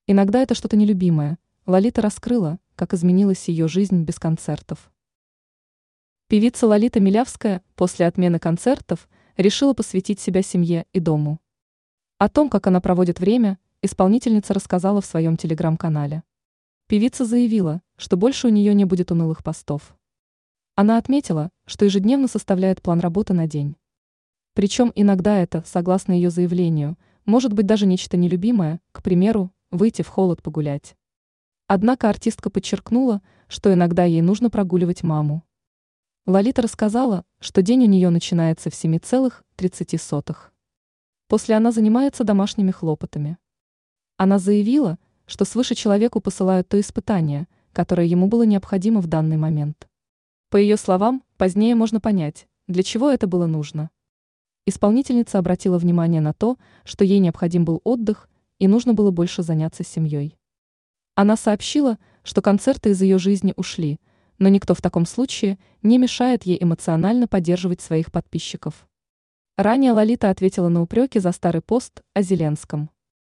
Иногда это что-то нелюбимое. Лолита раскрыла, как изменилась ее жизнь без концертов. Певица Лолита Милявская после отмены концертов решила посвятить себя семье и дому. О том, как она проводит время, исполнительница рассказала в своем телеграм-канале. Певица заявила, что больше у нее не будет унылых постов. Она отметила, что ежедневно составляет план работы на день. Причем иногда это, согласно ее заявлению, может быть даже нечто нелюбимое, к примеру, выйти в холод погулять. Однако артистка подчеркнула, что иногда ей нужно прогуливать маму. Лолита рассказала, что день у нее начинается в 7:30. После она занимается домашними хлопотами. Она заявила, что свыше человеку посылают то испытание, которое ему было необходимо в данный момент. По ее словам, позднее можно понять, для чего это было нужно. Исполнительница обратила внимание на то, что ей необходим был отдых и нужно было больше заняться семьей. Она сообщила, что концерты из ее жизни ушли, но никто в таком случае не мешает ей эмоционально поддерживать своих подписчиков. Ранее Лолита ответила на упреки за старый пост о Зеленском.